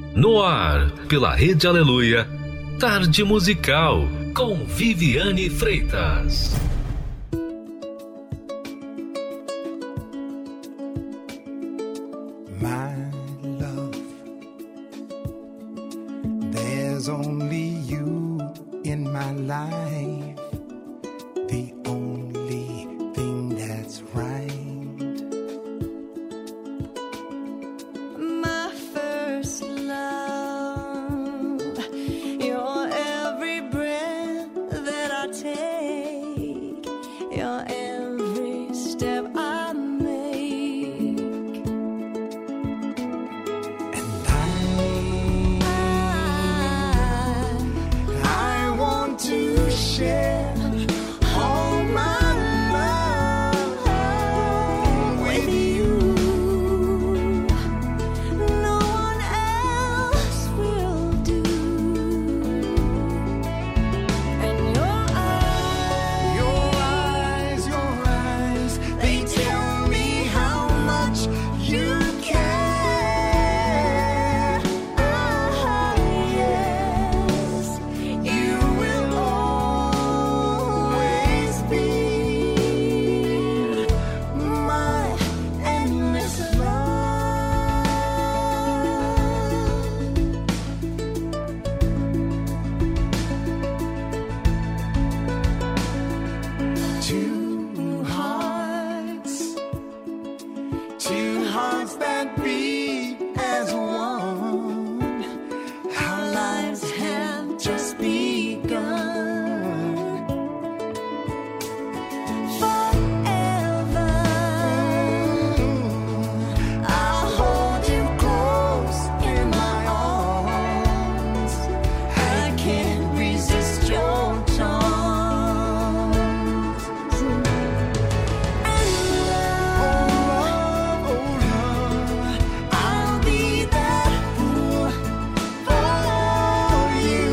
No ar, pela Rede Aleluia, Tarde Musical, com Viviane Freitas. My love, there's only you in my life, the only thing that's right. My first love, your every breath that I take, your every step I make. And I want to share all my love with you. No one else will do. And your eyes, they tell me how much you care. Ah, yes, you will always be my endless love. Two hearts that beat as one. Our lives have just begun. Forever, I'll hold you close in my arms. I can't resist your charms. I'll be that fool for you.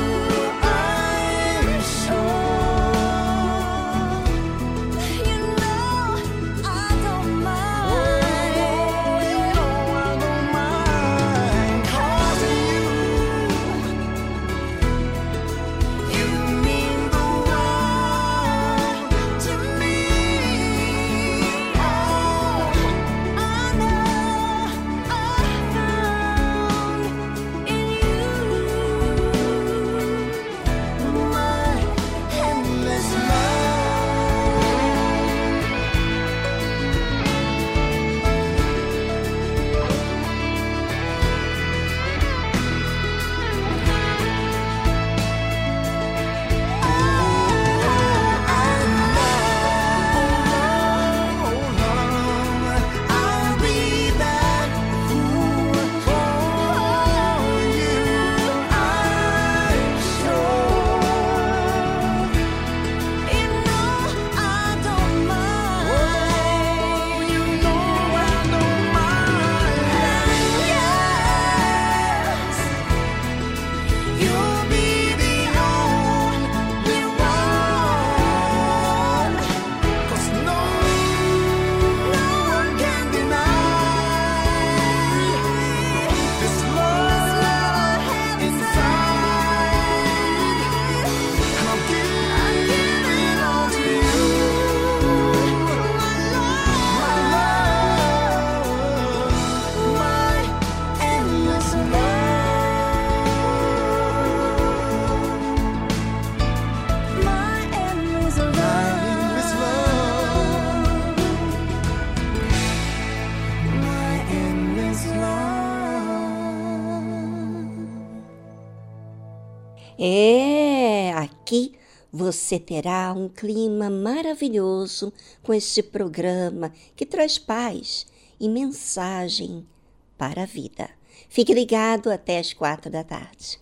I'm sure. you know I don't mind. You know I don't mind, 'cause you mean the world to me. I know I found in you My endless I'll be that fool for you. I'm sure. You know I don't mind. You know I don't mind. Yes, You'll be the only one, 'cause no one can deny this love inside. And I'll give it all to you. My love, my endless my endless my endless É, aqui você terá um clima maravilhoso com este programa que traz paz e mensagem para a vida. Fique ligado até as 4 da tarde.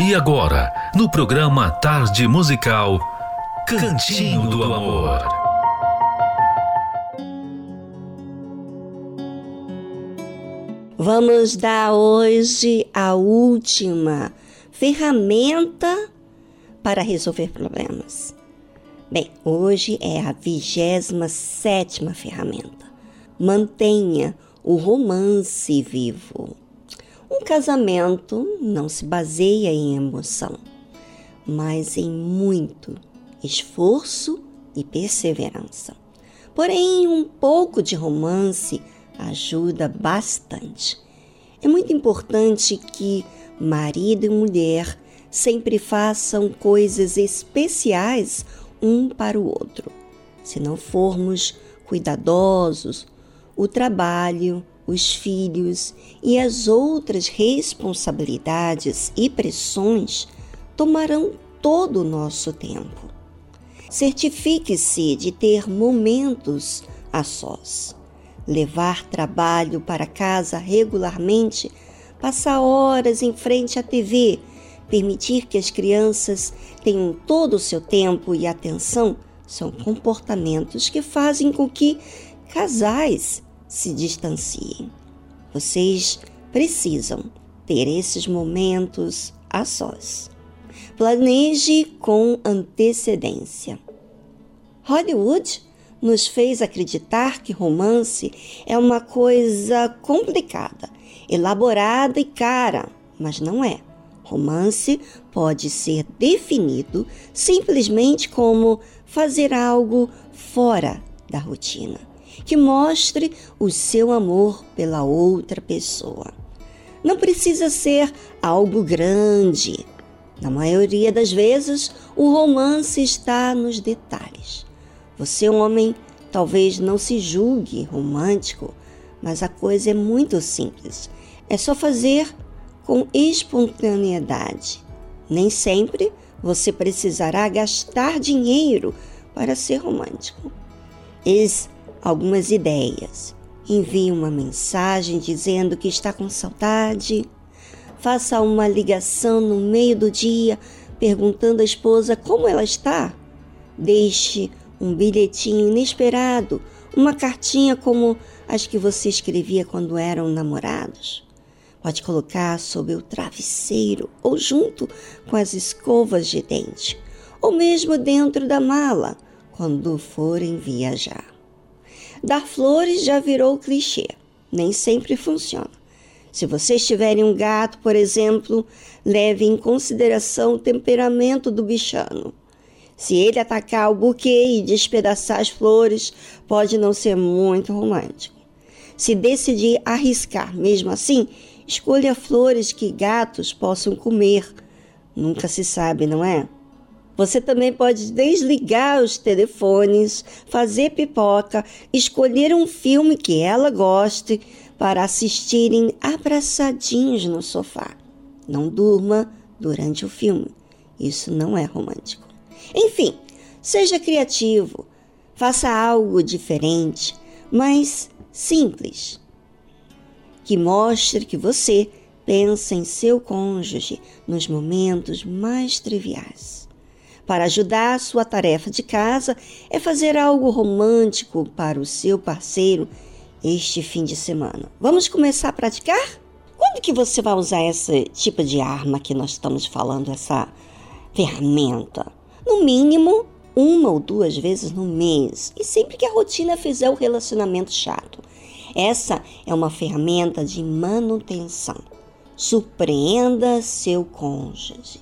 E agora, no programa Tarde Musical, Cantinho do Amor. Vamos dar hoje a última ferramenta para resolver problemas. Bem, hoje é a 27ª ferramenta. Mantenha o romance vivo. Um casamento não se baseia em emoção, mas em muito esforço e perseverança. Porém, um pouco de romance ajuda bastante. É muito importante que marido e mulher sempre façam coisas especiais um para o outro. Se não formos cuidadosos, o trabalho, os filhos e as outras responsabilidades e pressões tomarão todo o nosso tempo. Certifique-se de ter momentos a sós. Levar trabalho para casa regularmente, passar horas em frente à TV, permitir que as crianças tenham todo o seu tempo e atenção são comportamentos que fazem com que casais se distanciem. Vocês precisam ter esses momentos a sós. Planeje com antecedência. Hollywood nos fez acreditar que romance é uma coisa complicada, elaborada e cara, mas não é. Romance pode ser definido simplesmente como fazer algo fora da rotina, que mostre o seu amor pela outra pessoa. Não precisa ser algo grande. Na maioria das vezes, o romance está nos detalhes. Você, homem, talvez não se julgue romântico, mas a coisa é muito simples. É só fazer com espontaneidade. Nem sempre você precisará gastar dinheiro para ser romântico. Eis algumas ideias. Envie uma mensagem dizendo que está com saudade. Faça uma ligação no meio do dia perguntando à esposa como ela está. Deixe um bilhetinho inesperado, uma cartinha como as que você escrevia quando eram namorados. Pode colocar sob o travesseiro ou junto com as escovas de dente, ou mesmo dentro da mala quando forem viajar. Dar flores já virou clichê, nem sempre funciona. Se vocês tiverem um gato, por exemplo, leve em consideração o temperamento do bichano. Se ele atacar o buquê e despedaçar as flores, pode não ser muito romântico. Se decidir arriscar mesmo assim, escolha flores que gatos possam comer. Nunca se sabe, não é? Você também pode desligar os telefones, fazer pipoca, escolher um filme que ela goste para assistirem abraçadinhos no sofá. Não durma durante o filme. Isso não é romântico. Enfim, seja criativo, faça algo diferente, mas simples, que mostre que você pensa em seu cônjuge nos momentos mais triviais. Para ajudar a sua tarefa de casa é fazer algo romântico para o seu parceiro este fim de semana. Vamos começar a praticar? Quando que você vai usar esse tipo de arma que nós estamos falando, essa ferramenta? No mínimo, 1 ou 2 vezes no mês. E sempre que a rotina fizer o relacionamento chato. Essa é uma ferramenta de manutenção. Surpreenda seu cônjuge.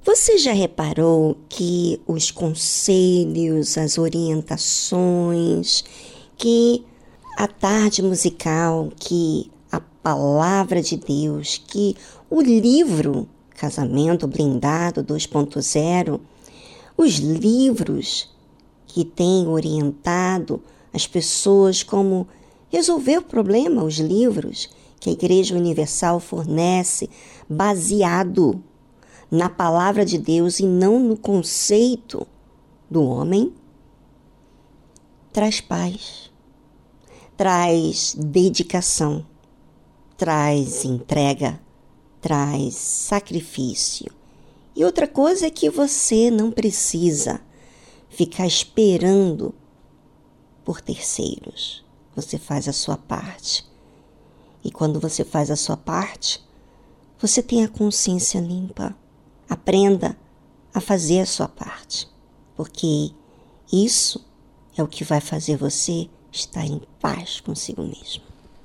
Você já reparou que os conselhos, as orientações, que a tarde musical, que a palavra de Deus, que o livro Casamento Blindado 2.0, os livros que têm orientado as pessoas como resolver o problema, os livros que a Igreja Universal fornece baseado na palavra de Deus e não no conceito do homem, traz paz, traz dedicação, traz entrega, traz sacrifício. E outra coisa é que você não precisa ficar esperando por terceiros. Você faz a sua parte. E quando você faz a sua parte, você tem a consciência limpa. Aprenda a fazer a sua parte, porque isso é o que vai fazer você estar em paz consigo mesmo.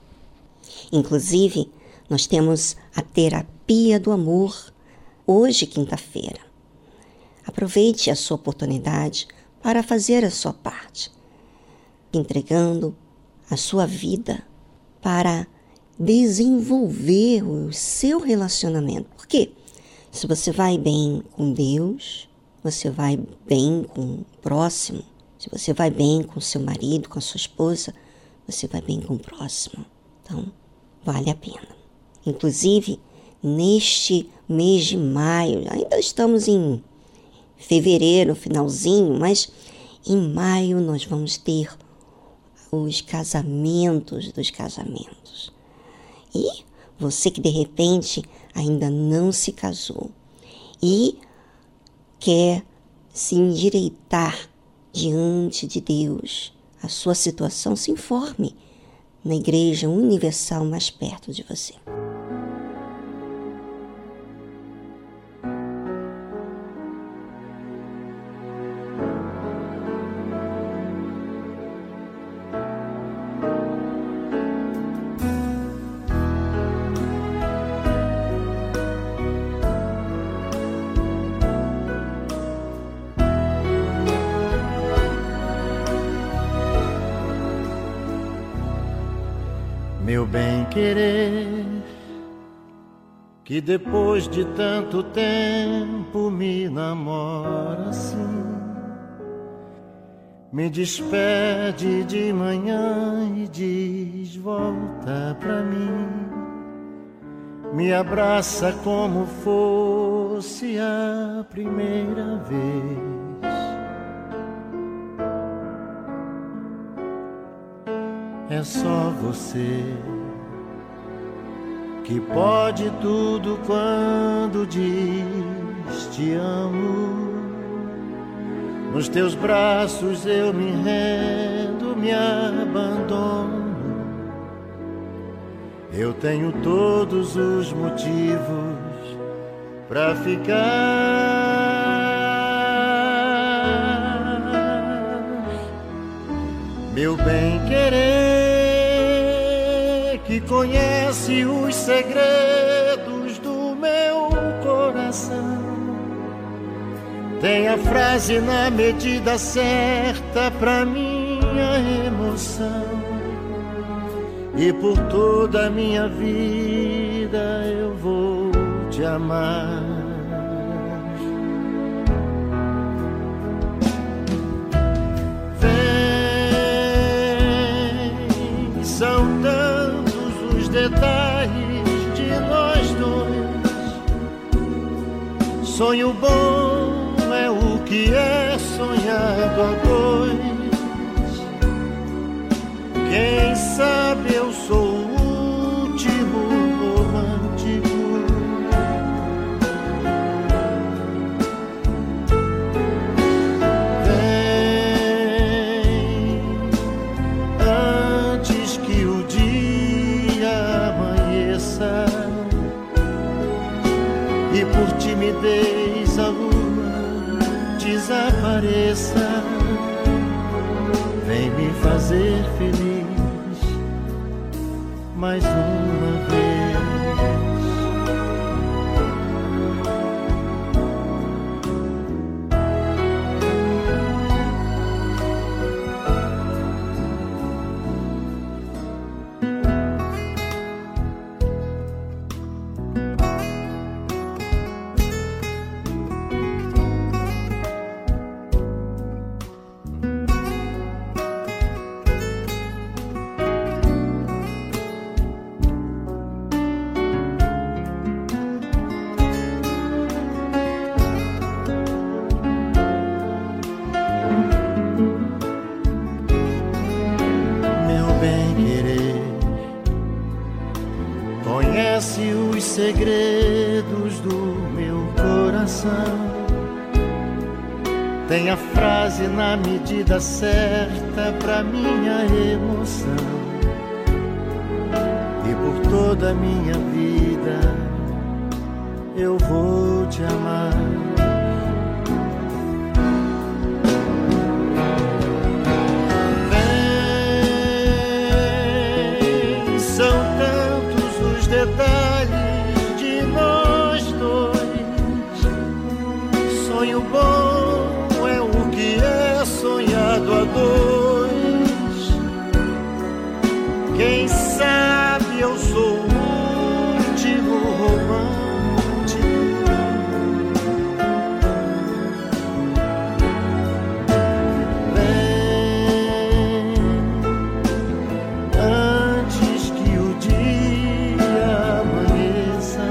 Inclusive, nós temos a terapia do amor hoje, quinta-feira. Aproveite a sua oportunidade para fazer a sua parte, entregando a sua vida para desenvolver o seu relacionamento. Por quê? Se você vai bem com Deus, você vai bem com o próximo. Se você vai bem com seu marido, com a sua esposa, você vai bem com o próximo. Então, vale a pena. Inclusive, neste mês de maio, ainda estamos em fevereiro, finalzinho, mas em maio nós vamos ter os casamentos dos casamentos. E você que de repente ainda não se casou e quer se endireitar diante de Deus, a sua situação, se informe na Igreja Universal mais perto de você. Meu bem-querer, que depois de tanto tempo me namora assim, me despede de manhã e diz: volta pra mim, me abraça como fosse a primeira vez. É só você que pode tudo quando diz te amo. Nos teus braços eu me rendo, me abandono. Eu tenho todos os motivos pra ficar. Meu bem-querer, que conhece os segredos do meu coração, tem a frase na medida certa pra minha emoção. E por toda a minha vida eu vou te amar. São tantos os detalhes de nós dois. Sonho bom é o que é sonhado a dois. Quem sabe eu sou o último romântico. E por timidez a lua desapareça. Vem me fazer feliz mais uma vez. Segredos do meu coração. Tem a frase na medida certa pra minha emoção. E por toda a minha vida eu vou te amar. Vem, são tantos os detalhes bom é o que é sonhado a dois. Quem sabe eu sou o último romântico. Vem antes que o dia amanheça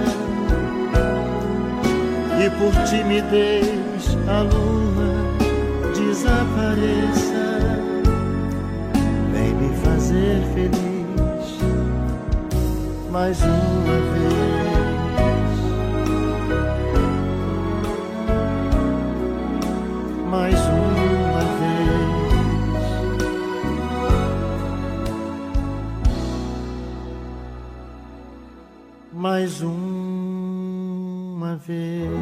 e por timidez a lua desapareça. Vem me fazer feliz mais uma vez. Mais uma vez. Mais uma vez.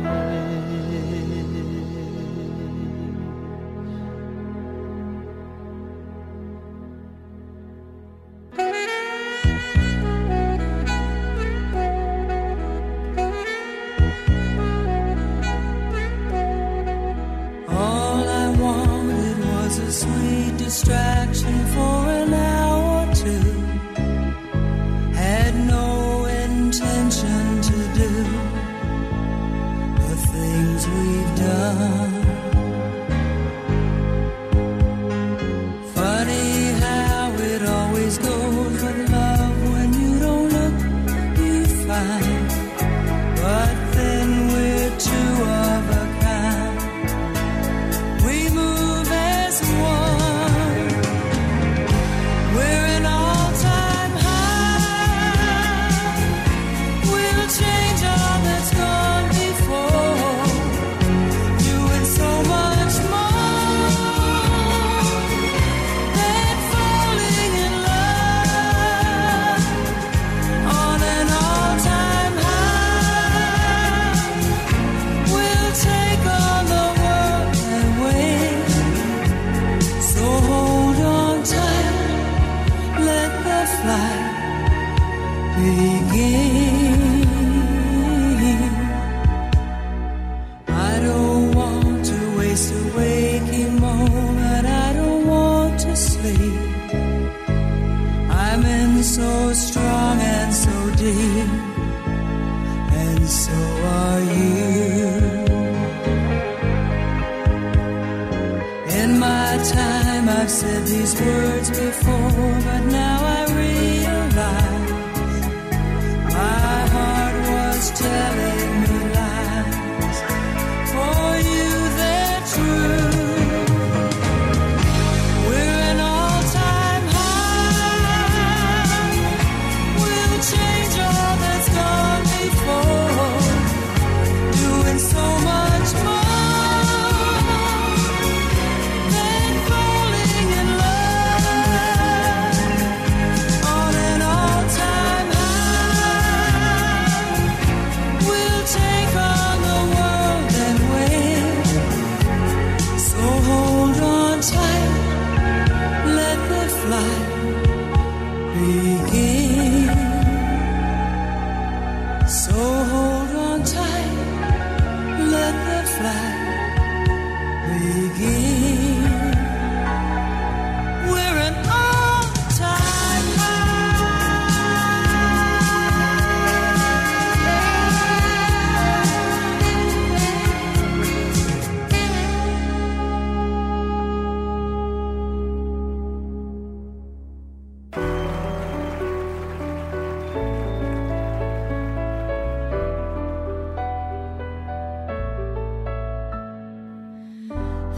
Distraction for an hour or two. Had no intention to do the things we've done. Funny how it always goes with love. When you don't look, you find. But then we're two of a kind. We move as one. I don't want to waste a waking moment. I don't want to sleep. I'm in so strong and so deep, and so are you. In my time I've said these words before, but now I realize my heart was telling me lies. For you they're true. We're an all-time high. We'll change all that's gone before, doing so much more than falling in love. On an all-time high, we'll take on the world and win. So hold on tight, let the flight begin. So hold on tight, let the flight begin. We're an all-time high.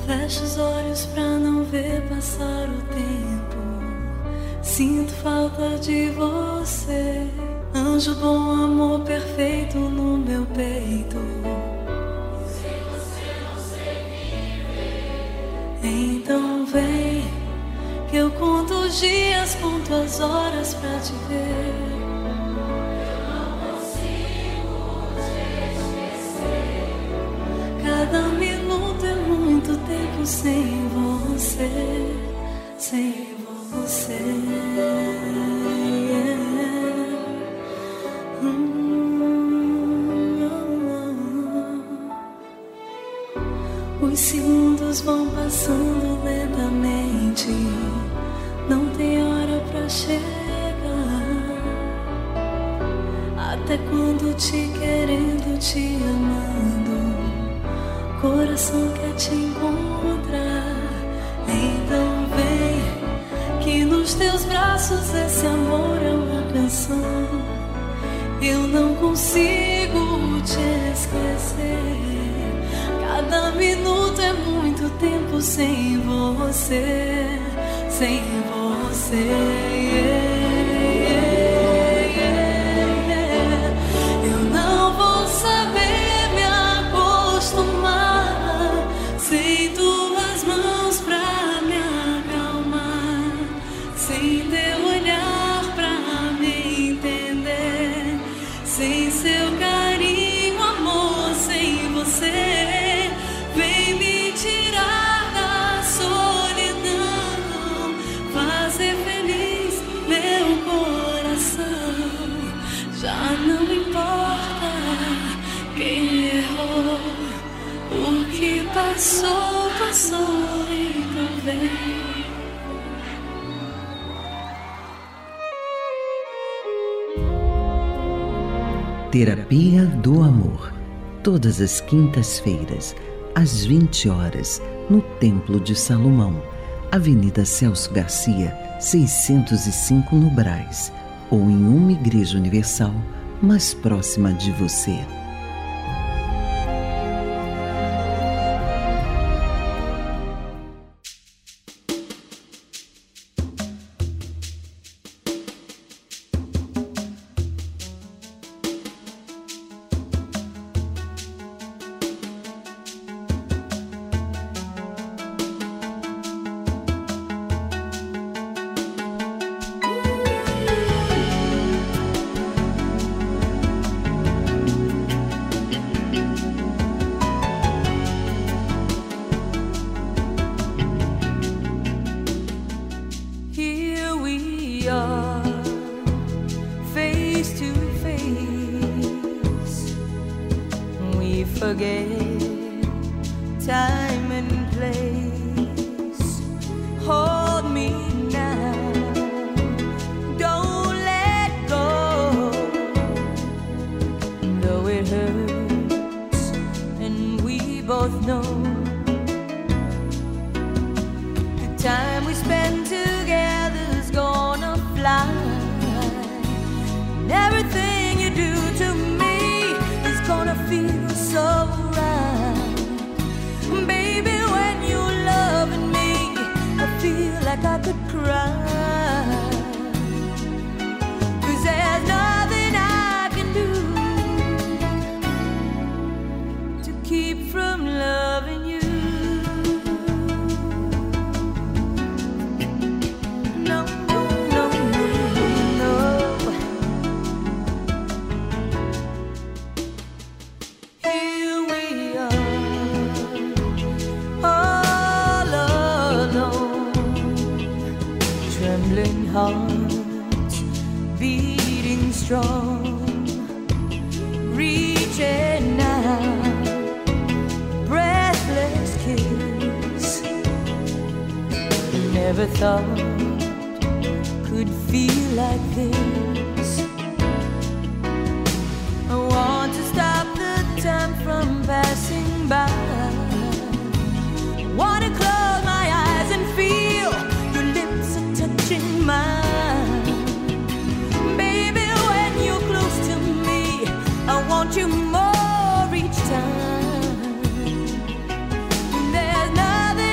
Fecho os olhos pra não ver passar o tempo. Sinto falta de você, anjo bom, amor perfeito no meu peito. Sem você não sei viver. Então vem, que eu conto os dias, conto as horas pra te ver. Eu não consigo te esquecer. Cada minuto é muito tempo sem você, sem você. Os segundos vão passando lentamente, não tem hora pra chegar. Até quando te querendo, te amando, coração quer te encontrar. Então vem, que nos teus braços esse amor é uma canção. Eu não consigo te esquecer. Cada minuto é muito tempo sem você, sem você. Eu não vou saber me acostumar sem tuas mãos pra me acalmar, sem teu olhar pra me entender, sem seu carinho, amor, sem você. Vem me tirar da solidão, fazer feliz meu coração. Já não importa quem errou, o que passou, passou, então vem. Terapia do Amor. Todas as quintas-feiras, às 20 horas, no Templo de Salomão, Avenida Celso Garcia, 605 no Brás, ou em uma igreja universal mais próxima de você. You more each time. There's nothing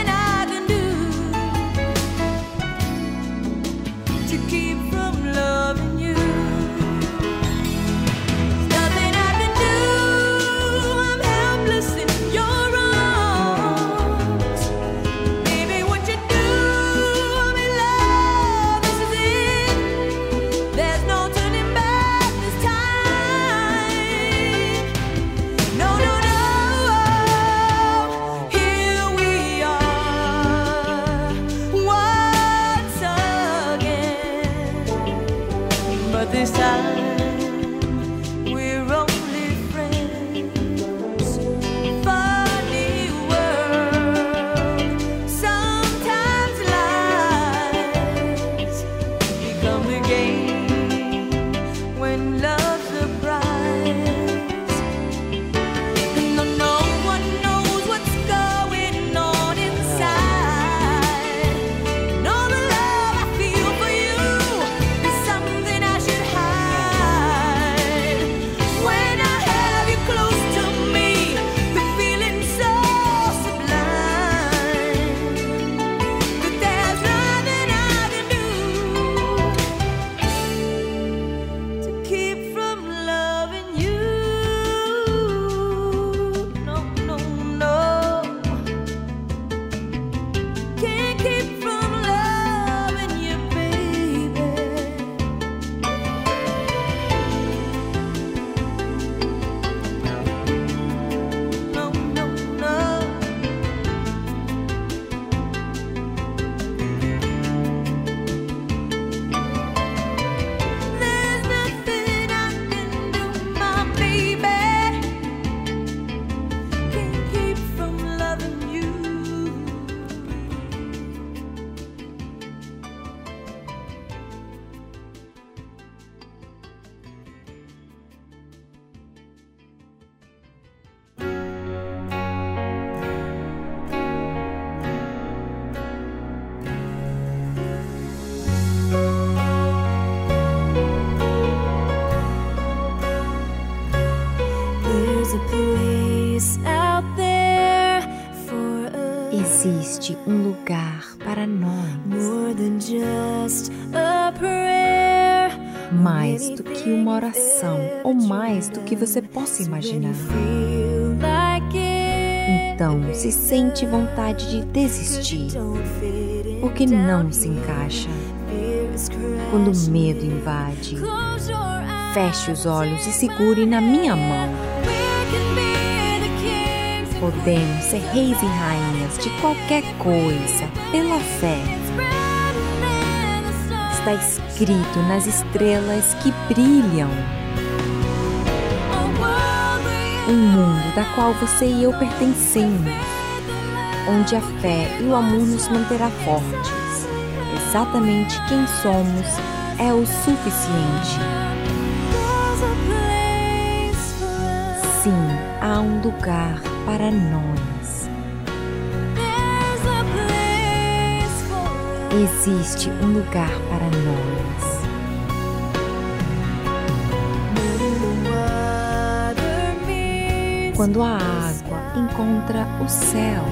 There's a place out there for us. Existe um lugar para nós, More than just a prayer. mais do que uma oração ou mais do que você possa imaginar. Feel like it. Então, se sente vontade de desistir, porque não se encaixa. Quando o medo invade, feche os olhos e segure na minha mão. Podemos ser reis e rainhas de qualquer coisa pela fé. Está escrito nas estrelas que brilham. Um mundo da qual você e eu pertencemos, onde a fé e o amor nos manterá fortes. Exatamente quem somos é o suficiente. Sim, há um lugar para nós. Existe um lugar para nós. Quando a água encontra o céu,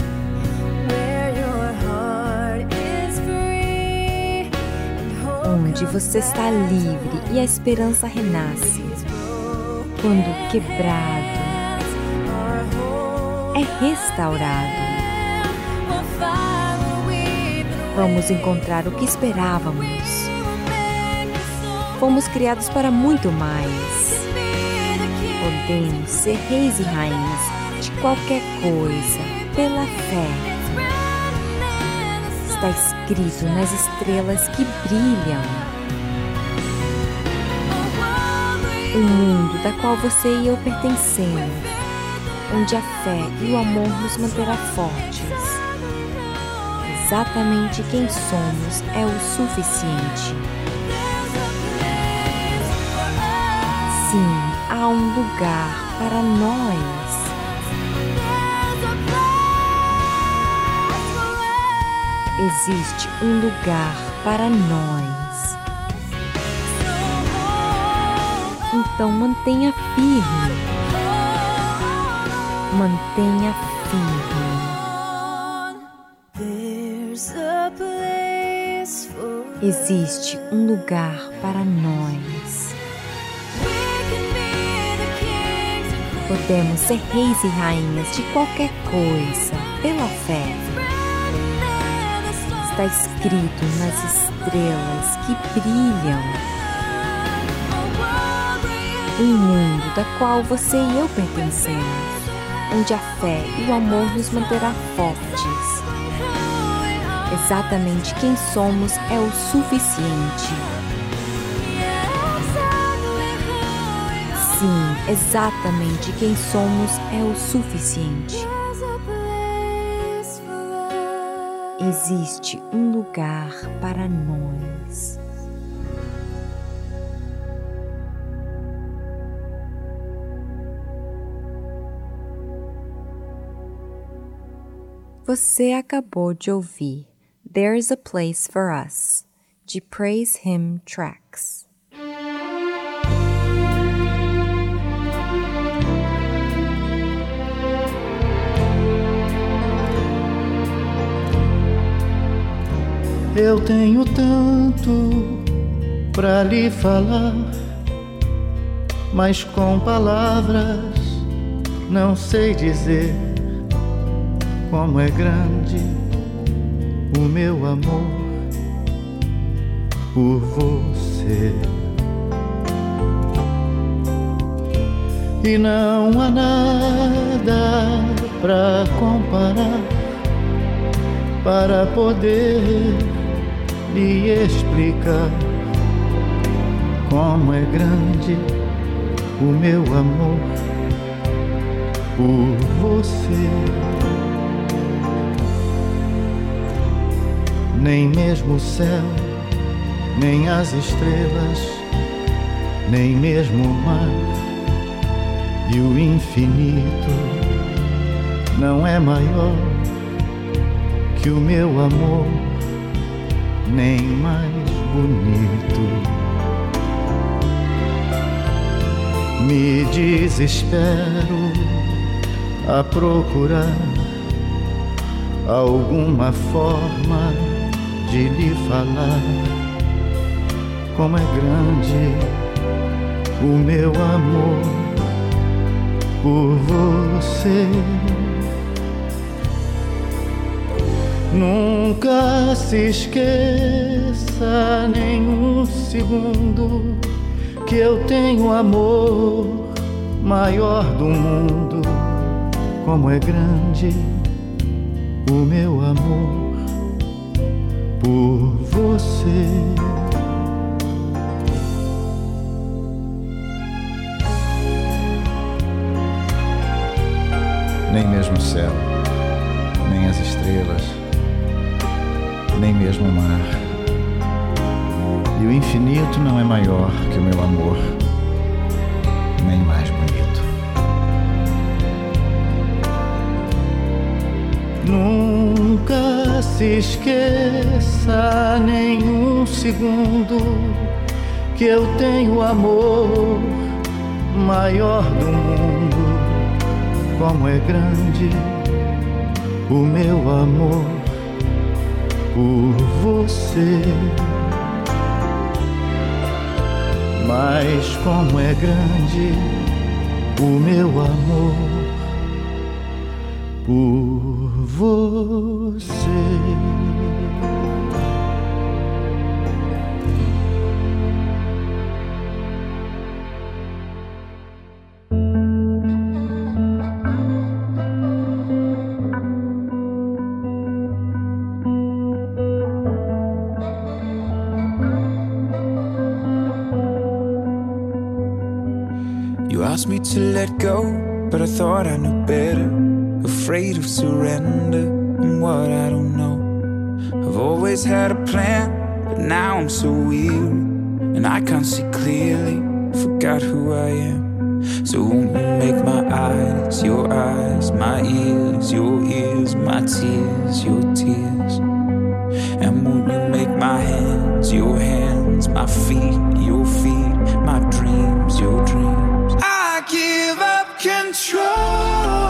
onde você está livre e a esperança renasce. Quando o quebrado é restaurado, vamos encontrar o que esperávamos. Fomos criados para muito mais. Podemos ser reis e rainhas de qualquer coisa pela fé. Está escrito nas estrelas que brilham. Um mundo da qual você e eu pertencemos, onde a fé e o amor nos manterá fortes. Exatamente quem somos é o suficiente. Sim, há um lugar para nós. Existe um lugar para nós. Então mantenha firme. Mantenha firme. Existe um lugar para nós. Podemos ser reis e rainhas de qualquer coisa pela fé. Está escrito nas estrelas que brilham. Um mundo da qual você e eu pertencemos, onde a fé e o amor nos manterá fortes. Exatamente quem somos é o suficiente. Sim, exatamente quem somos é o suficiente. Existe um lugar para nós. Você acabou de ouvir There's a Place for Us, de Praise Him Tracks. Eu tenho tanto pra lhe falar, mas com palavras não sei dizer como é grande o meu amor por você. E não há nada pra comparar, para poder lhe explicar como é grande o meu amor por você. Nem mesmo o céu, nem as estrelas, nem mesmo o mar e o infinito não é maior que o meu amor, nem mais bonito. Me desespero a procurar alguma forma de lhe falar como é grande o meu amor por você. Nunca se esqueça nem um segundo que eu tenho amor maior do mundo. Como é grande o meu amor por você. Nem mesmo o céu, nem as estrelas, nem mesmo o mar. E o infinito não é maior que o meu amor, nem mais bonito. Nunca se esqueça nem um segundo que eu tenho amor maior do mundo. Como é grande o meu amor por você. Mas como é grande o meu amor por você. You asked me to let go, but I thought I knew better. Afraid of surrender and what I don't know. I've always had a plan, but now I'm so weary and I can't see clearly. Forgot who I am. So won't you make my eyes, your eyes, my ears, your ears, my tears, your tears. And won't you make my hands, your hands, my feet, your feet, my dreams, your dreams. I give up control.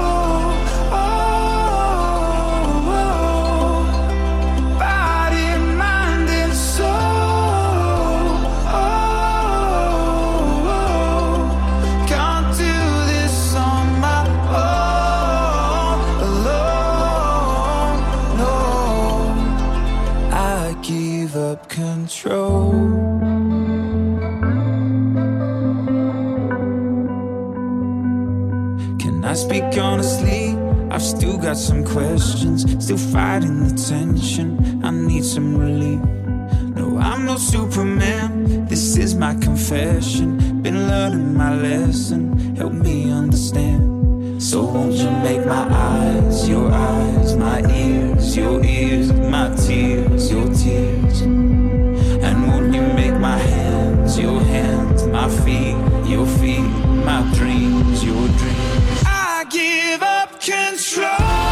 Control. Can I speak honestly? I've still got some questions, still fighting the tension. I need some relief. No, I'm no Superman. This is my confession. Been learning my lesson. Help me understand. So won't you make my eyes, my ears, your ears, my tears, your tears. And won't you make my hands, your hands, my feet, your feet, my dreams, your dreams. I give up control.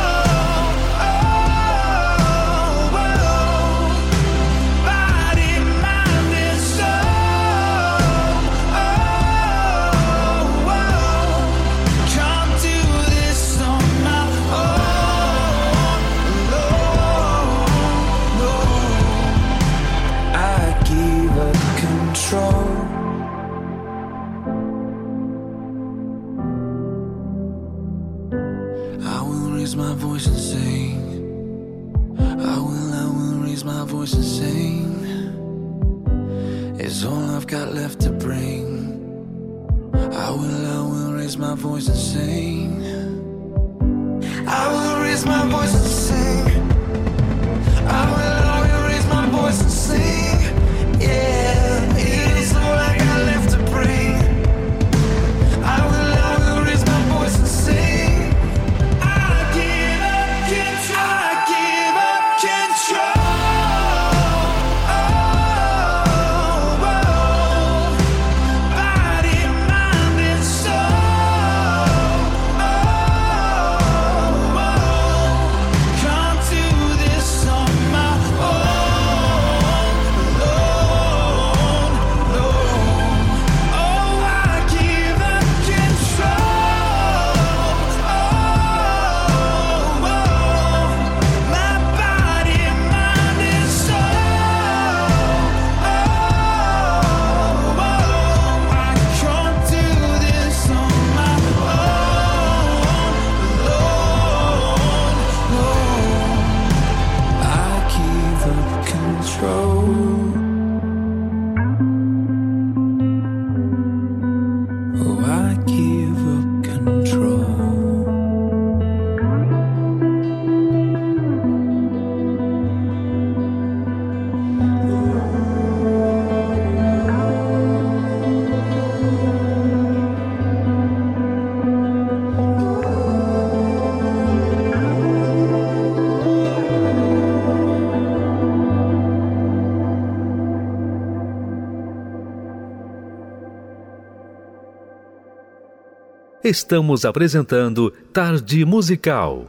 I will raise my voice and sing. I will raise my voice and sing. It's all I've got left to bring. I will raise my voice and sing. I will raise my voice and sing. I will raise my voice and sing. Yeah, it's all I got left to bring. I will raise my voice and sing. I give up control. I give up control. Body, mind, and soul. Estamos apresentando Tarde Musical.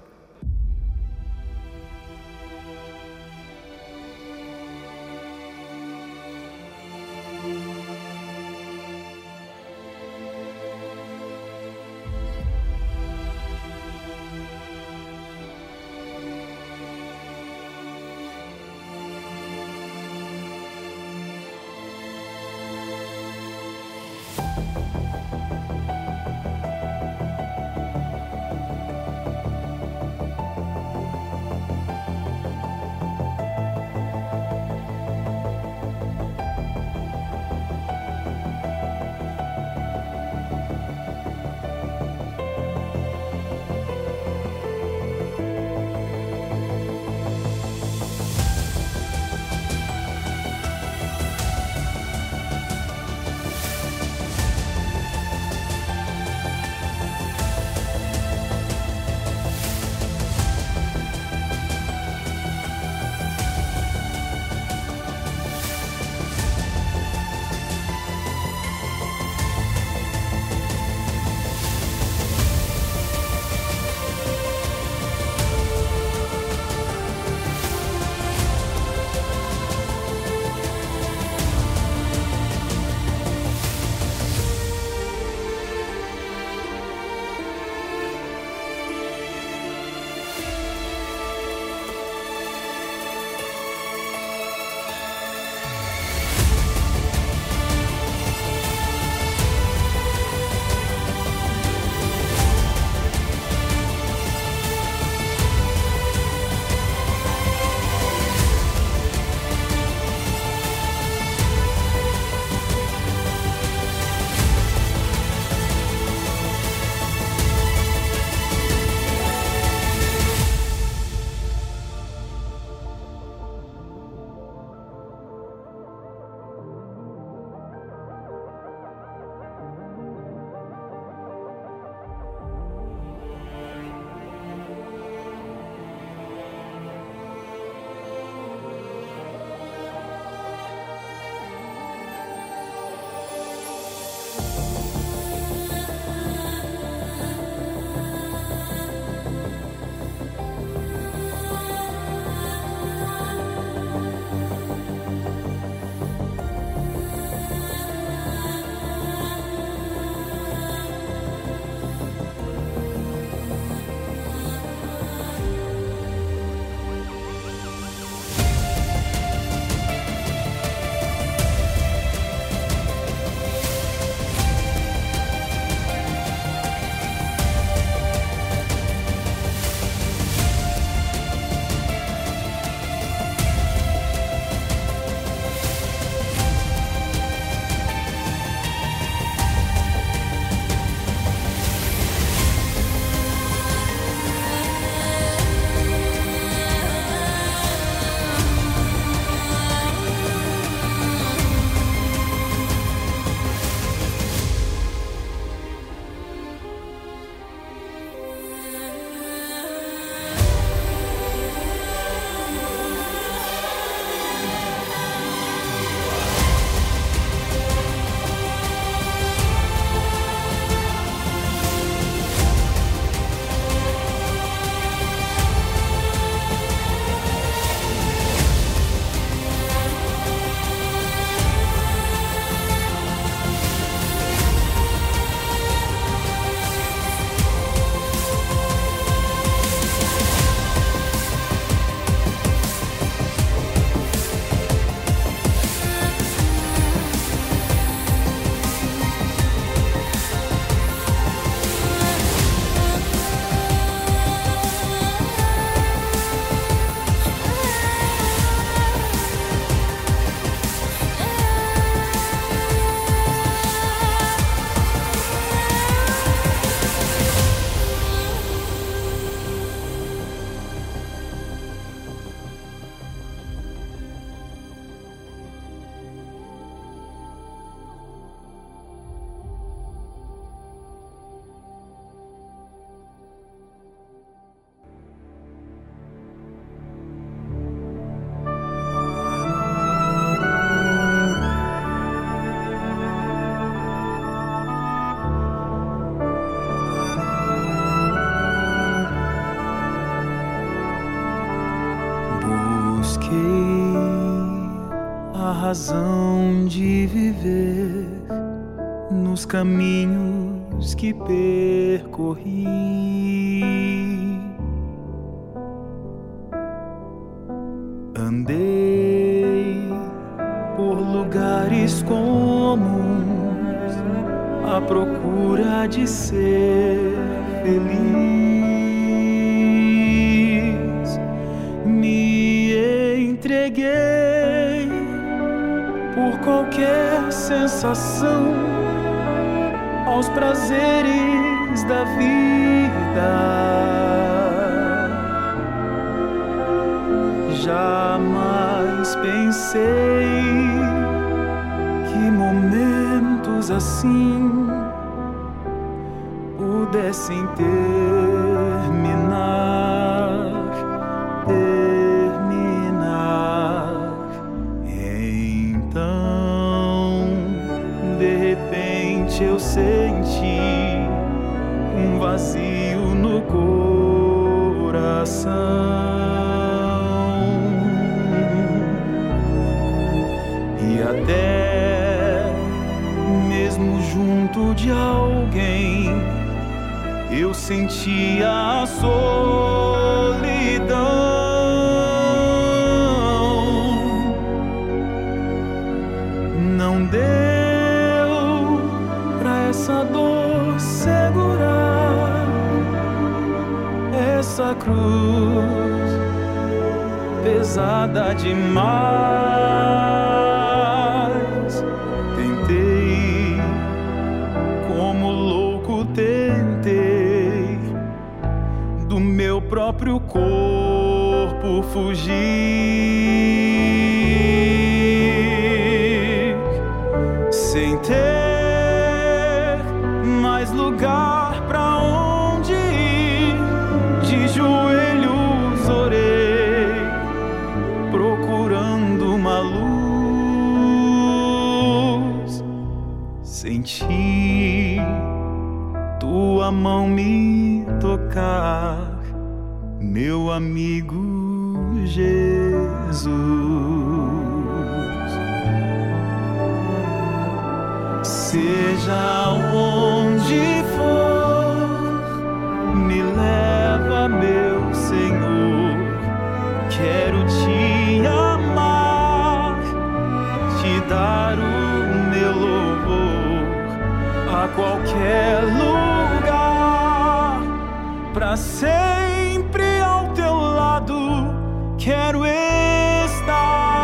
razão de viver nos caminhos que percorri. Andei por lugares comuns à procura de ser feliz. Me entreguei por qualquer sensação aos prazeres da vida. Jamais pensei que momentos assim pudessem terminar. Então, de repente eu senti um vazio no coração. E até mesmo junto de alguém eu sentia a solidão. Não deu pra essa dor segurar essa cruz pesada demais. Tentei, como louco tentei, do meu próprio corpo fugir, sem ter mais lugar pra onde ir. De joelhos orei, procurando uma luz. Senti tua mão me tocar, meu amigo Jesus. Seja onde for, me leva, meu Senhor. Quero te amar, te dar o meu louvor a qualquer lugar, pra sempre ao teu lado quero estar.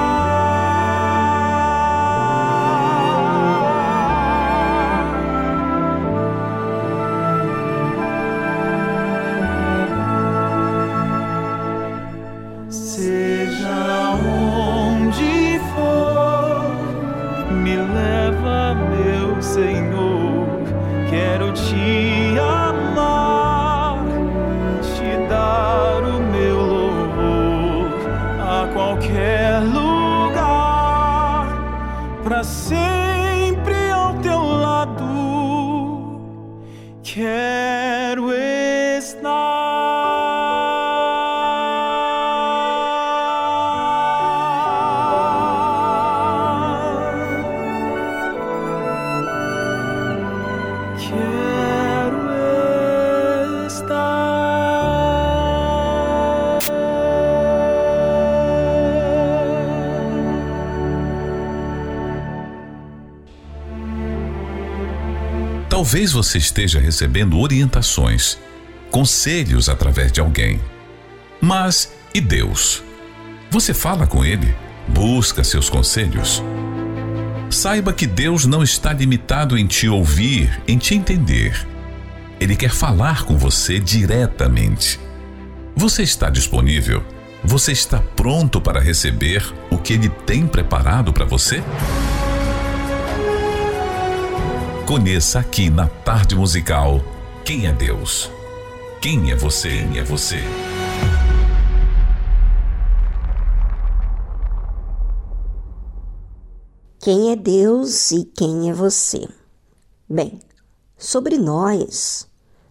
Seja onde for, me leva, meu Senhor. Quero te amar, te dar o meu louvor a qualquer lugar, pra sempre ao teu lado quero estar. Talvez você esteja recebendo orientações, conselhos através de alguém. Mas e Deus? Você fala com Ele? Busca seus conselhos? Saiba que Deus não está limitado em te ouvir, em te entender. Ele quer falar com você diretamente. Você está disponível? Você está pronto para receber o que Ele tem preparado para você? Conheça aqui na Tarde Musical quem é Deus. Quem é você? Quem é você? Quem é Deus e quem é você? Bem, sobre nós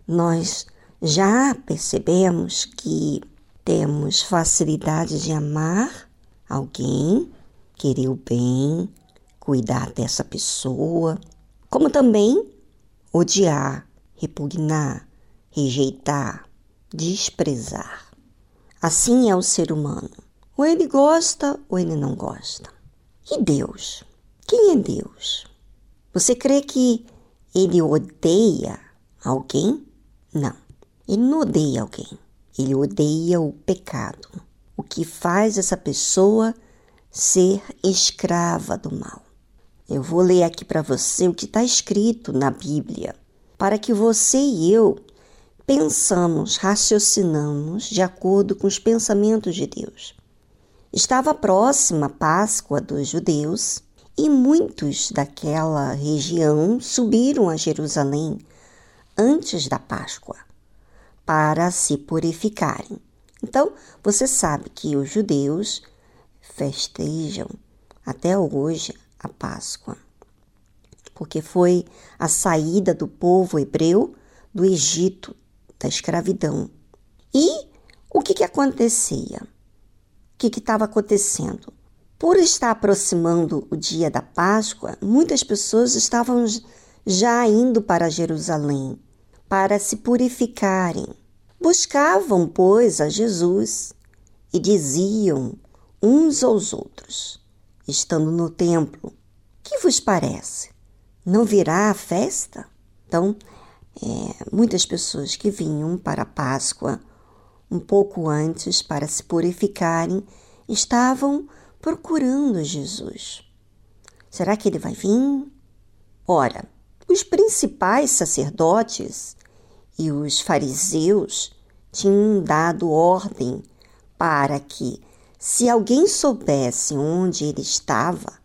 já percebemos que temos facilidade de amar alguém querer o bem, cuidar dessa pessoa, como também odiar, repugnar, rejeitar, desprezar. Assim é o ser humano. Ou ele gosta ou ele não gosta. E Deus? Quem é Deus? Você crê que ele odeia alguém? Não. Ele não odeia alguém. Ele odeia o pecado. O que faz essa pessoa ser escrava do mal. Eu vou ler aqui para você o que está escrito na Bíblia, para que você e eu pensamos, raciocinamos de acordo com os pensamentos de Deus. Estava próxima a Páscoa dos judeus e muitos daquela região subiram a Jerusalém antes da Páscoa para se purificarem. Então, você sabe que os judeus festejam até hoje a Páscoa, porque foi a saída do povo hebreu do Egito, da escravidão. E o que acontecia? O que estava acontecendo? Por estar aproximando o dia da Páscoa, muitas pessoas estavam já indo para Jerusalém para se purificarem. Buscavam, pois, a Jesus e diziam uns aos outros, estando no templo: que vos parece? Não virá a festa? Então, muitas pessoas que vinham para a Páscoa um pouco antes para se purificarem estavam procurando Jesus. Será que ele vai vir? Ora, os principais sacerdotes e os fariseus tinham dado ordem para que, se alguém soubesse onde ele estava,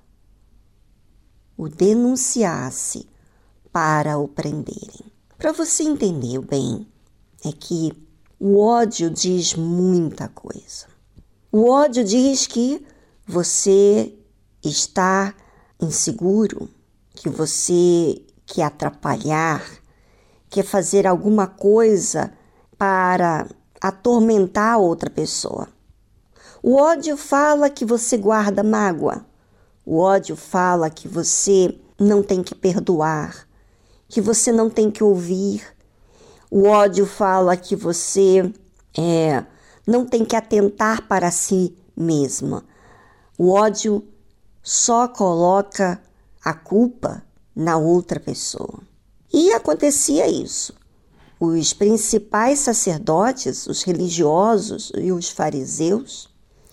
o denunciasse para o prenderem. Para você entender bem, é que o ódio diz muita coisa. O ódio diz que você está inseguro, que você quer atrapalhar, quer fazer alguma coisa para atormentar outra pessoa. O ódio fala que você guarda mágoa. O ódio fala que você não tem que perdoar, que você não tem que ouvir. O ódio fala que você não tem que atentar para si mesma. O ódio só coloca a culpa na outra pessoa. E acontecia isso. Os principais sacerdotes, os religiosos e os fariseus,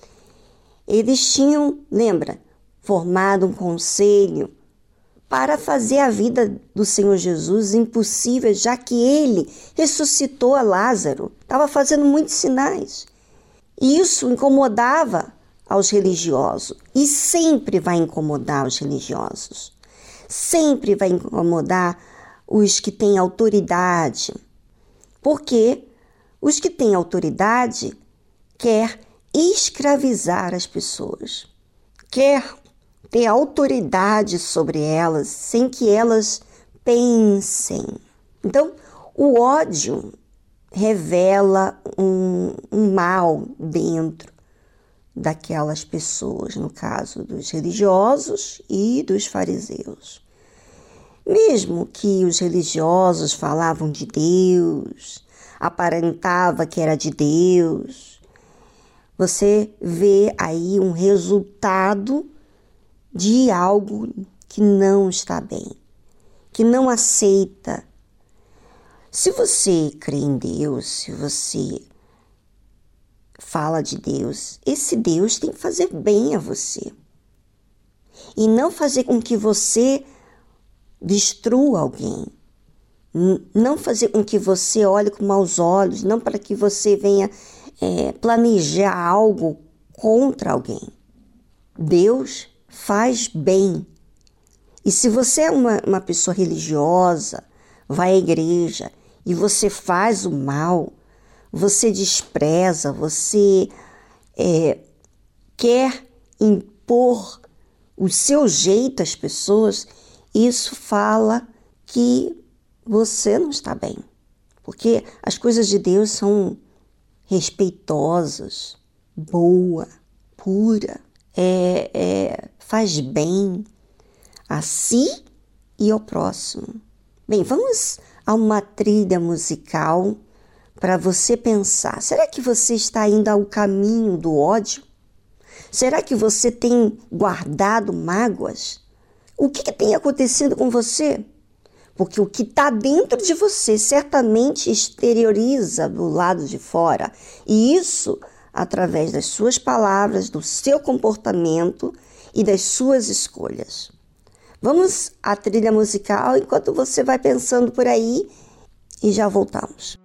eles tinham, lembra, formado um conselho para fazer a vida do Senhor Jesus impossível, já que ele ressuscitou a Lázaro, estava fazendo muitos sinais. E isso incomodava aos religiosos e sempre vai incomodar os religiosos. Sempre vai incomodar os que têm autoridade, porque os que têm autoridade quer escravizar as pessoas, quer ter autoridade sobre elas sem que elas pensem. Então, o ódio revela um mal dentro daquelas pessoas, no caso dos religiosos e dos fariseus. Mesmo que os religiosos falavam de Deus, aparentava que era de Deus, você vê aí um resultado de algo que não está bem, que não aceita. Se você crê em Deus, se você fala de Deus, esse Deus tem que fazer bem a você e não fazer com que você destrua alguém, não fazer com que você olhe com maus olhos, não para que você venha planejar algo contra alguém. Deus faz bem. E se você é uma pessoa religiosa, vai à igreja e você faz o mal, você despreza, você quer impor o seu jeito às pessoas, isso fala que você não está bem. Porque as coisas de Deus são respeitosas, boa, pura. faz bem a si e ao próximo. Bem, vamos a uma trilha musical para você pensar. Será que você está indo ao caminho do ódio? Será que você tem guardado mágoas? O que tem acontecido com você? Porque o que está dentro de você certamente exterioriza do lado de fora. E isso através das suas palavras, do seu comportamento e das suas escolhas. Vamos à trilha musical enquanto você vai pensando por aí e já voltamos.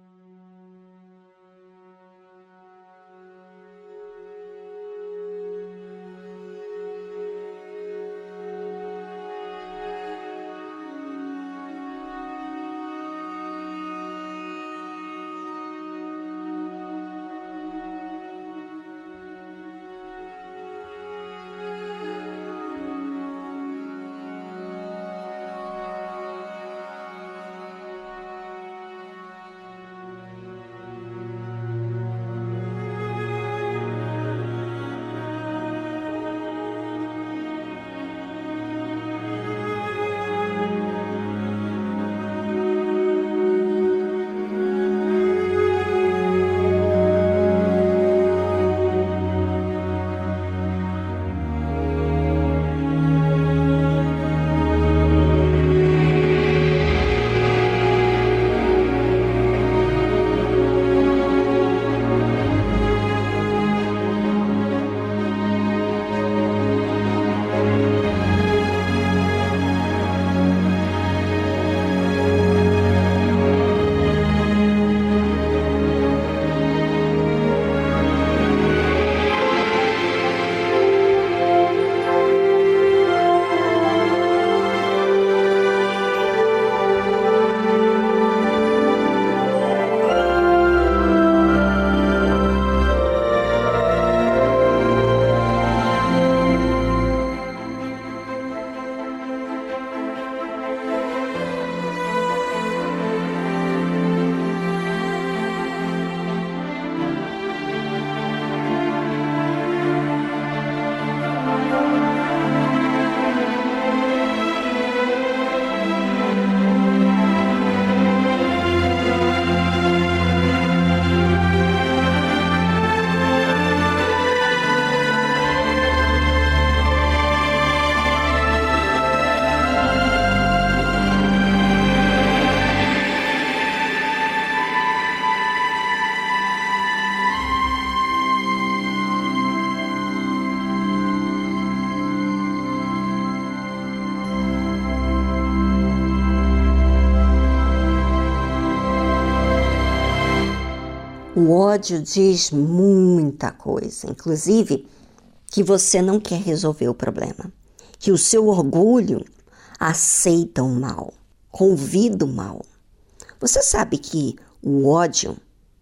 O ódio diz muita coisa, inclusive que você não quer resolver o problema, que o seu orgulho aceita o mal, convida o mal. Você sabe que o ódio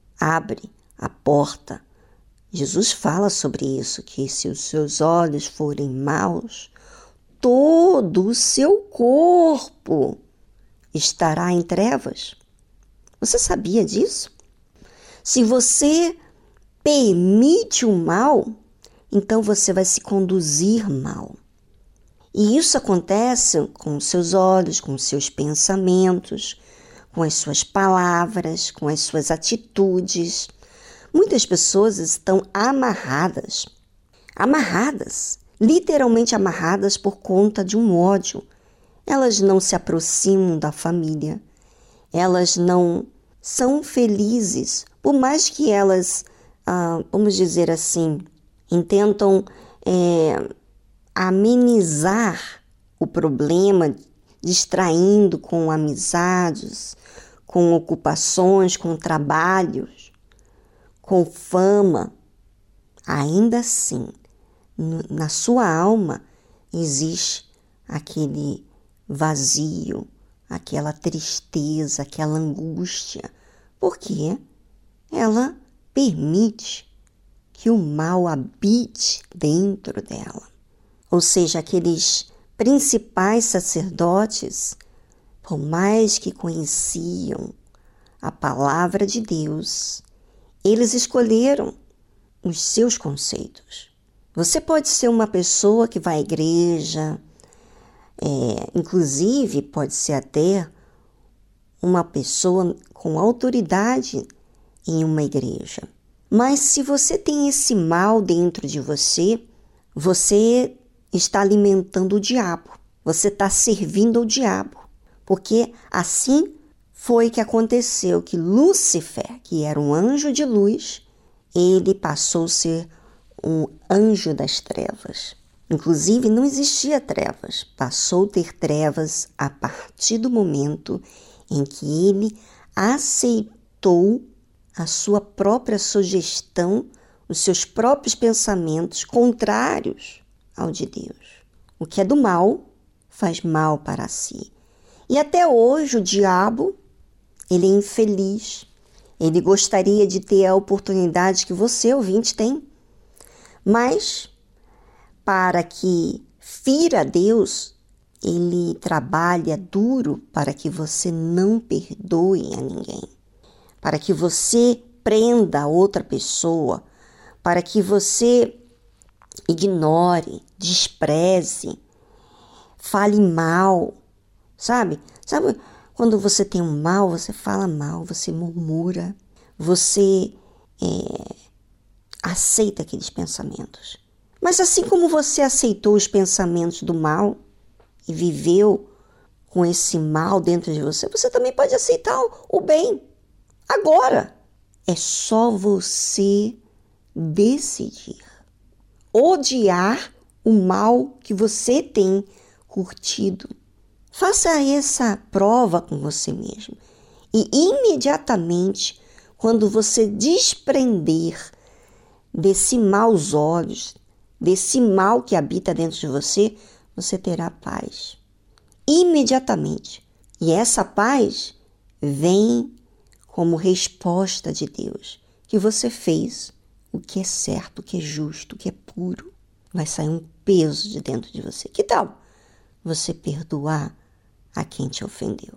abre a porta. Jesus fala sobre isso, que se os seus olhos forem maus, todo o seu corpo estará em trevas. Você sabia disso? Se você permite o mal, então você vai se conduzir mal. E isso acontece com os seus olhos, com os seus pensamentos, com as suas palavras, com as suas atitudes. Muitas pessoas estão amarradas, literalmente amarradas por conta de um ódio. Elas não se aproximam da família, elas não são felizes, por mais que elas, vamos dizer assim, intentam amenizar o problema, distraindo com amizades, com ocupações, com trabalhos, com fama. Ainda assim, na sua alma existe aquele vazio, aquela tristeza, aquela angústia, porque ela permite que o mal habite dentro dela. Ou seja, aqueles principais sacerdotes, por mais que conheciam a palavra de Deus, eles escolheram os seus conceitos. Você pode ser uma pessoa que vai à igreja, inclusive pode ser até uma pessoa com autoridade em uma igreja. Mas se você tem esse mal dentro de você, você está alimentando o diabo, você está servindo ao diabo. Porque assim foi que aconteceu que Lúcifer, que era um anjo de luz, ele passou a ser um anjo das trevas. Inclusive, não existia trevas, passou a ter trevas a partir do momento em que ele aceitou a sua própria sugestão, os seus próprios pensamentos contrários ao de Deus. O que é do mal, faz mal para si. E até hoje o diabo, ele é infeliz. Ele gostaria de ter a oportunidade que você, ouvinte, tem. Mas, para que fira Deus, ele trabalha duro para que você não perdoe a ninguém. Para que você prenda outra pessoa. Para que você ignore, despreze, fale mal. Sabe quando você tem um mal, você fala mal, você murmura, você aceita aqueles pensamentos. Mas assim como você aceitou os pensamentos do mal e viveu com esse mal dentro de você, você também pode aceitar o bem. Agora, é só você decidir odiar o mal que você tem curtido. Faça essa prova com você mesmo e imediatamente, quando você desprender desse maus olhos, desse mal que habita dentro de você, você terá paz. Imediatamente. E essa paz vem como resposta de Deus, que você fez o que é certo, o que é justo, o que é puro. Vai sair um peso de dentro de você. Que tal você perdoar a quem te ofendeu?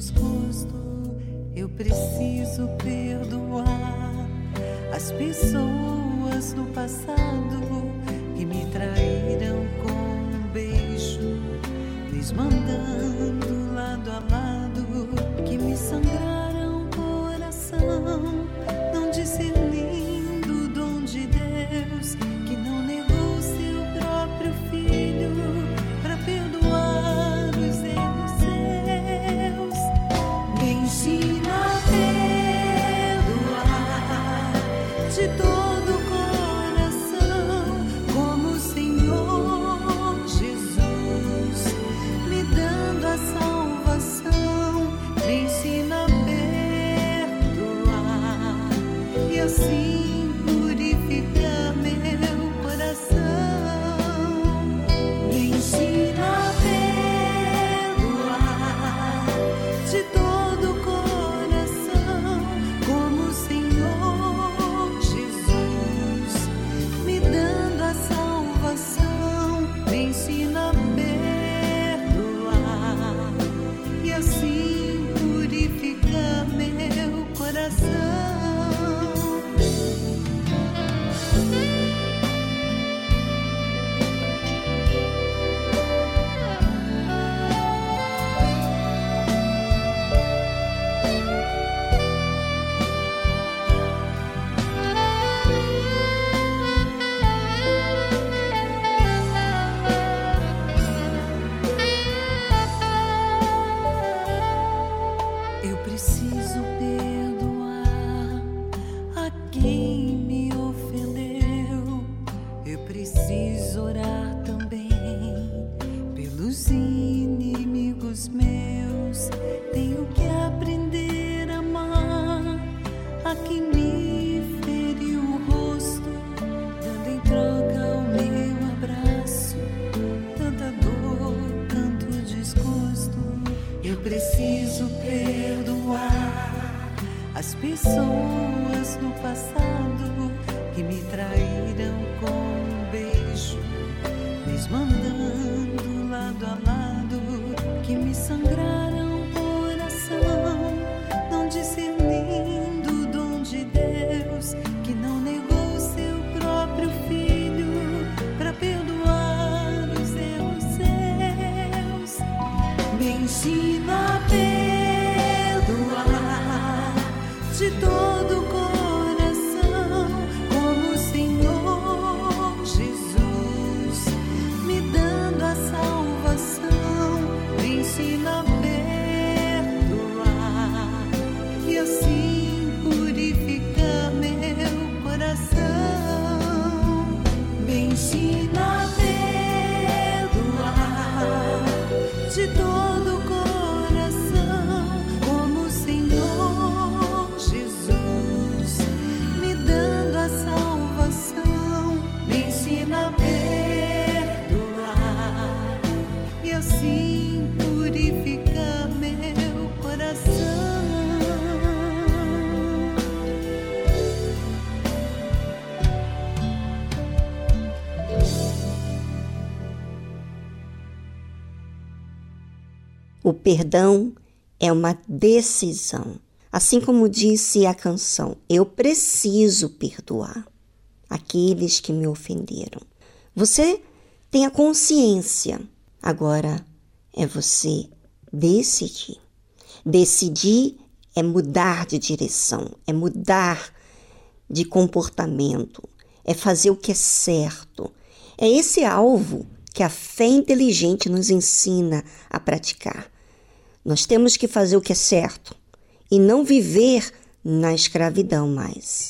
desgosto. Eu preciso perdoar as pessoas do passado que me traíram com um beijo, desmandando lado a lado, que me sangraram o coração, não discernindo o dom de Deus, que não negou seu próprio filho para perdoar os erros seus. Me ensina a perdoar de todo o coração, como o Senhor Jesus, me dando a salvação. Me ensina a perdoar e assim purificar meu coração. Me ensina a perdoar de todo o coração, como o Senhor Jesus, me dando a salvação. Me ensina a perdoar e assim purificar meu coração. Eu preciso perdoar a quem me ofendeu. Eu preciso orar também pelos inimigos meus. Tenho que aprender a amar a quem me feriu o rosto, dando em troca o meu abraço. Tanta dor, tanto desgosto. Eu preciso perdoar as pessoas do passado que me traíram com um beijo, desmandando lado a lado, que me sangraram o coração, não discernindo o dom de Deus, que não negou seu próprio filho para perdoar os erros seus. Me ensina a perdoar de todo o coração, como o Senhor Jesus, me dando a salvação. Me ensina a perdoar e assim purificar meu coração. Me ensina a perdoar de todo o coração, como o Senhor Jesus, me dando a salvação. Me ensina a perdoar e assim purificar meu coração. O perdão é uma decisão. Assim como disse a canção, eu preciso perdoar aqueles que me ofenderam. Você tem a consciência. Agora é você decidir. Decidir é mudar de direção, é mudar de comportamento, é fazer o que é certo. É esse alvo que a fé inteligente nos ensina a praticar. Nós temos que fazer o que é certo e não viver na escravidão mais.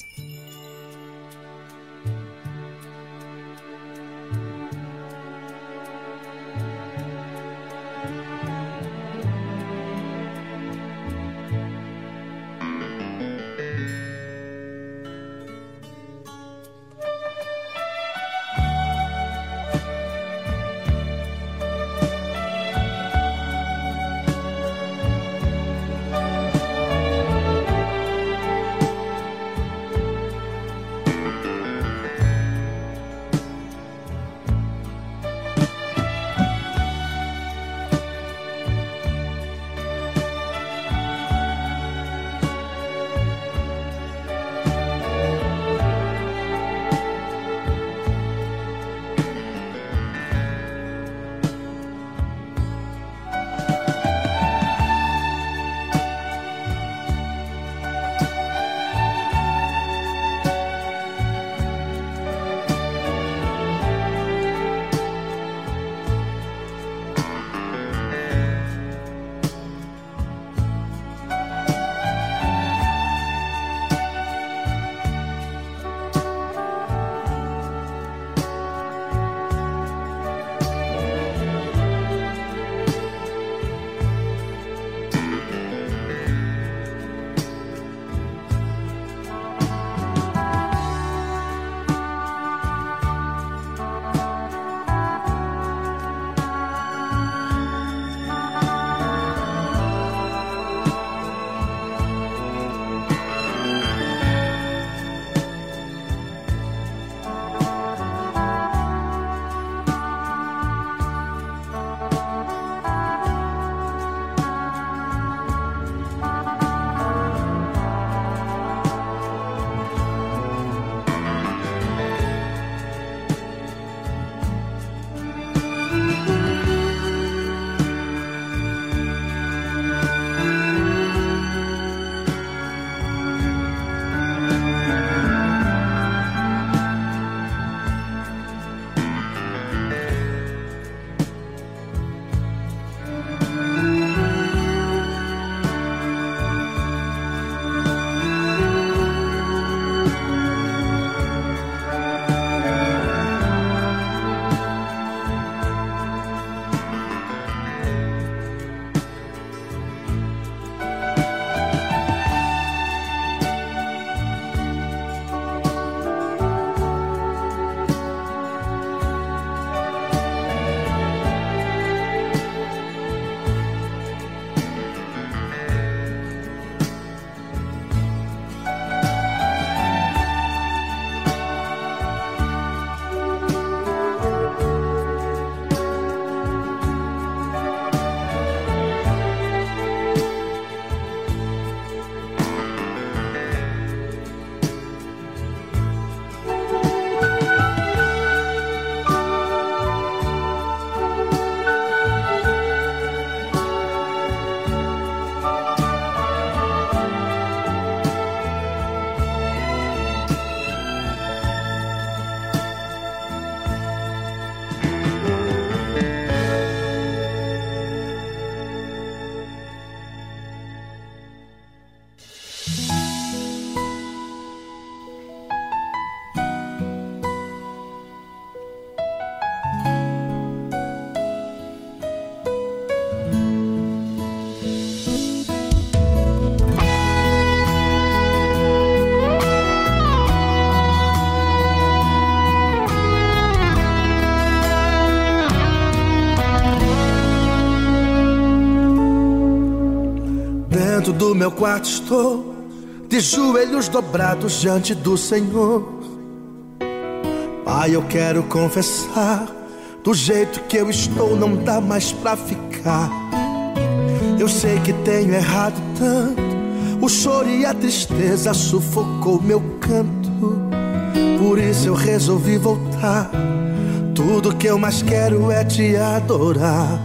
Dentro do meu quarto estou, de joelhos dobrados diante do Senhor. Pai, eu quero confessar, do jeito que eu estou não dá mais pra ficar. Eu sei que tenho errado tanto, o choro e a tristeza sufocou meu canto. Por isso eu resolvi voltar, tudo que eu mais quero é te adorar.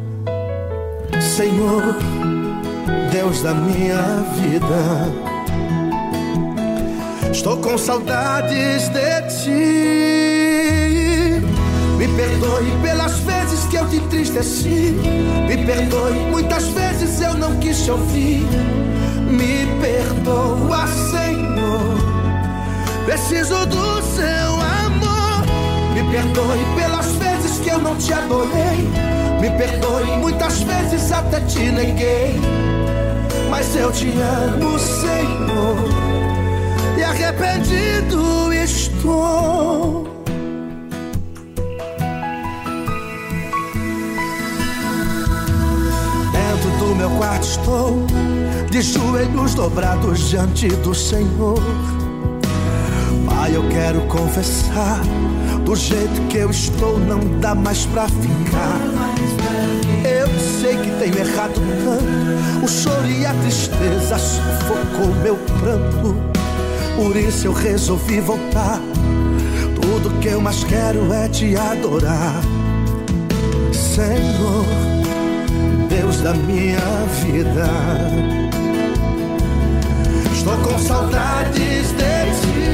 Senhor, Deus da minha vida, estou com saudades de ti. Me perdoe pelas vezes que eu te entristeci, me perdoe, muitas vezes eu não quis te ouvir. Me perdoa, Senhor, preciso do seu amor. Me perdoe pelas vezes que eu não te adorei, me perdoe, muitas vezes até te neguei. Mas eu te amo, Senhor, e arrependido estou. Dentro do meu quarto estou, de joelhos dobrados diante do Senhor. Pai, eu quero confessar, do jeito que eu estou não dá mais pra ficar. Eu sei que tenho errado tanto, o choro e a tristeza sufocou meu pranto. Por isso eu resolvi voltar, tudo que eu mais quero é te adorar. Senhor, Deus da minha vida, estou com saudades de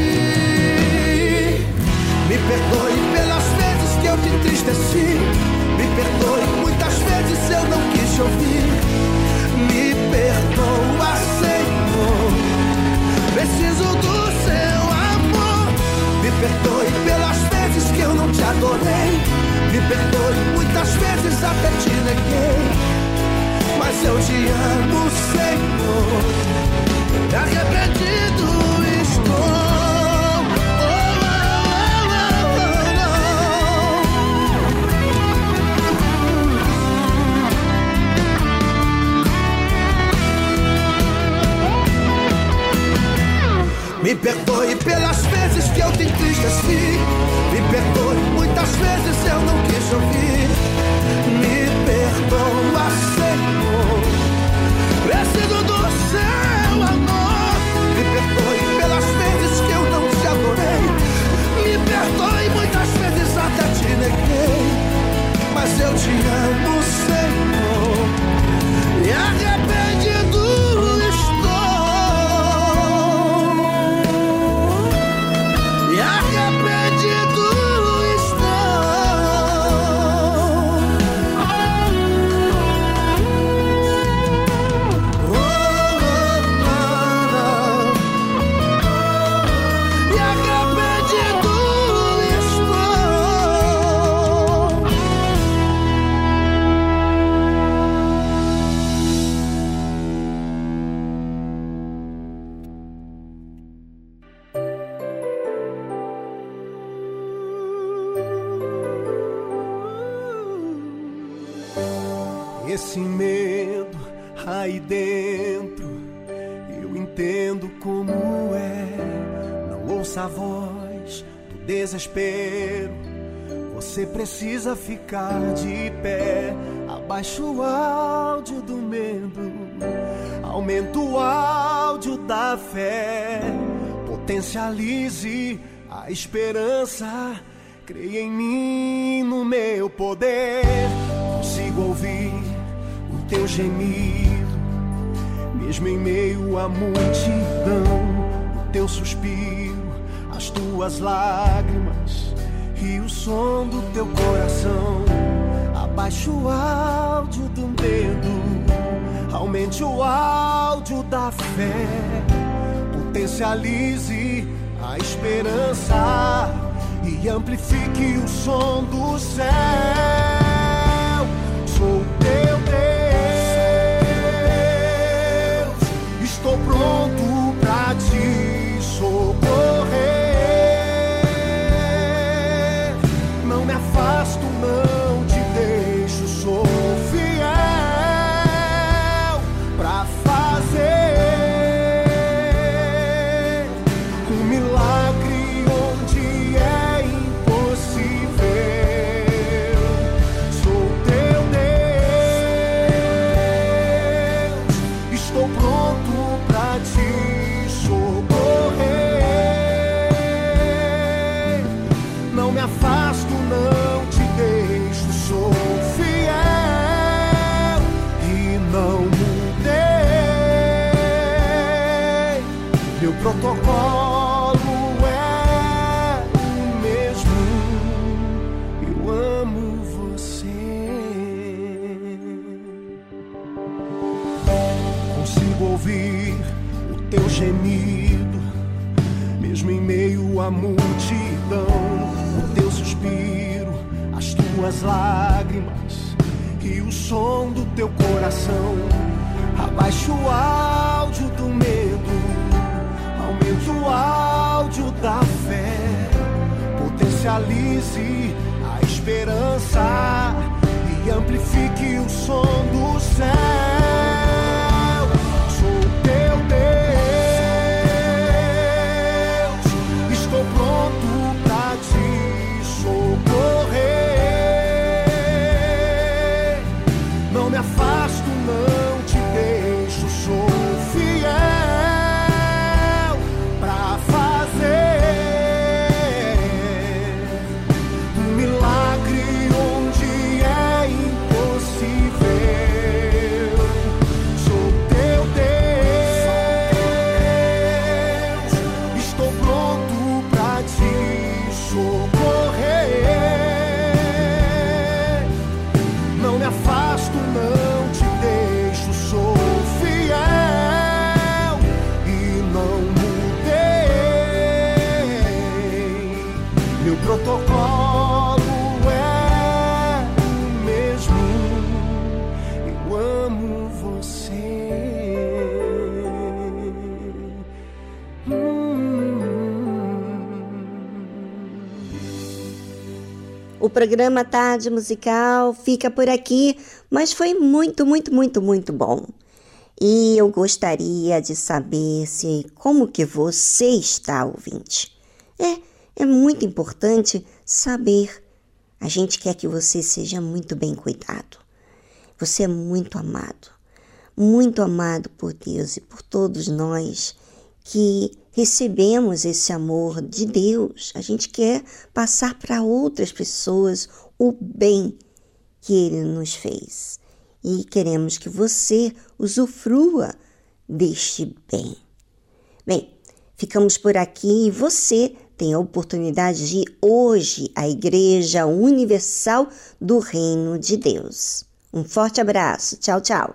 ti. Me perdoe pelas vezes que eu te entristeci, me perdoe, muitas vezes eu não quis te ouvir. Me perdoa, Senhor, preciso do seu amor. Me perdoe pelas vezes que eu não te adorei, me perdoe, muitas vezes até te neguei. Mas eu te amo, Senhor, e arrependido estou. Me perdoe pelas vezes que eu te entristeci, me perdoe, muitas vezes eu não quis ouvir. Me perdoa, Senhor, preciso do seu amor. Me perdoe pelas vezes que eu não te adorei, me perdoe, muitas vezes até te neguei. Mas eu te amo, Senhor, e arrependido estou. Esse medo aí dentro, eu entendo como é. Não ouça a voz do desespero, você precisa ficar de pé. Abaixa o áudio do medo, aumenta o áudio da fé. Potencialize a esperança, creia em mim, no meu poder. Consigo ouvir o teu gemido, mesmo em meio à multidão. O teu suspiro, as tuas lágrimas e o som do teu coração. Abaixe o áudio do medo, aumente o áudio da fé. Potencialize a esperança e amplifique o som do céu. Sou teu Deus, estou pronto pra te socorrer. Não me afasto, não te deixo, sou fiel pra fazer protocolo é o mesmo. Eu amo você. Consigo ouvir o teu gemido, mesmo em meio à multidão. O teu suspiro, as tuas lágrimas e o som do teu coração. Abaixa o áudio do medo, aumenta o áudio da fé, potencialize a esperança e amplifique o som do céu. Sou teu Deus, estou pronto pra te socorrer. Não me afasto, não te deixo, sou fiel pra fazer um milagre onde é impossível. Sou teu Deus, estou pronto pra te socorrer. Não me afasto, não te deixo, sou fiel e não mudei. Meu protocolo é o mesmo. Eu amo você. O programa Tarde Musical fica por aqui, mas foi muito bom. E eu gostaria de saber como que você está, ouvinte. É muito importante saber. A gente quer que você seja muito bem cuidado. Você é muito amado por Deus e por todos nós que recebemos esse amor de Deus. A gente quer passar para outras pessoas o bem que Ele nos fez. E queremos que você usufrua deste bem. Bem, ficamos por aqui e você tem a oportunidade de ir hoje à Igreja Universal do Reino de Deus. Um forte abraço. Tchau, tchau.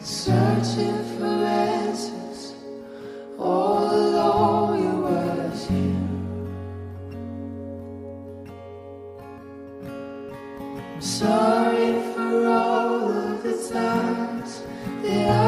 searching for answers. All along you was here. I'm sorry for all of the times that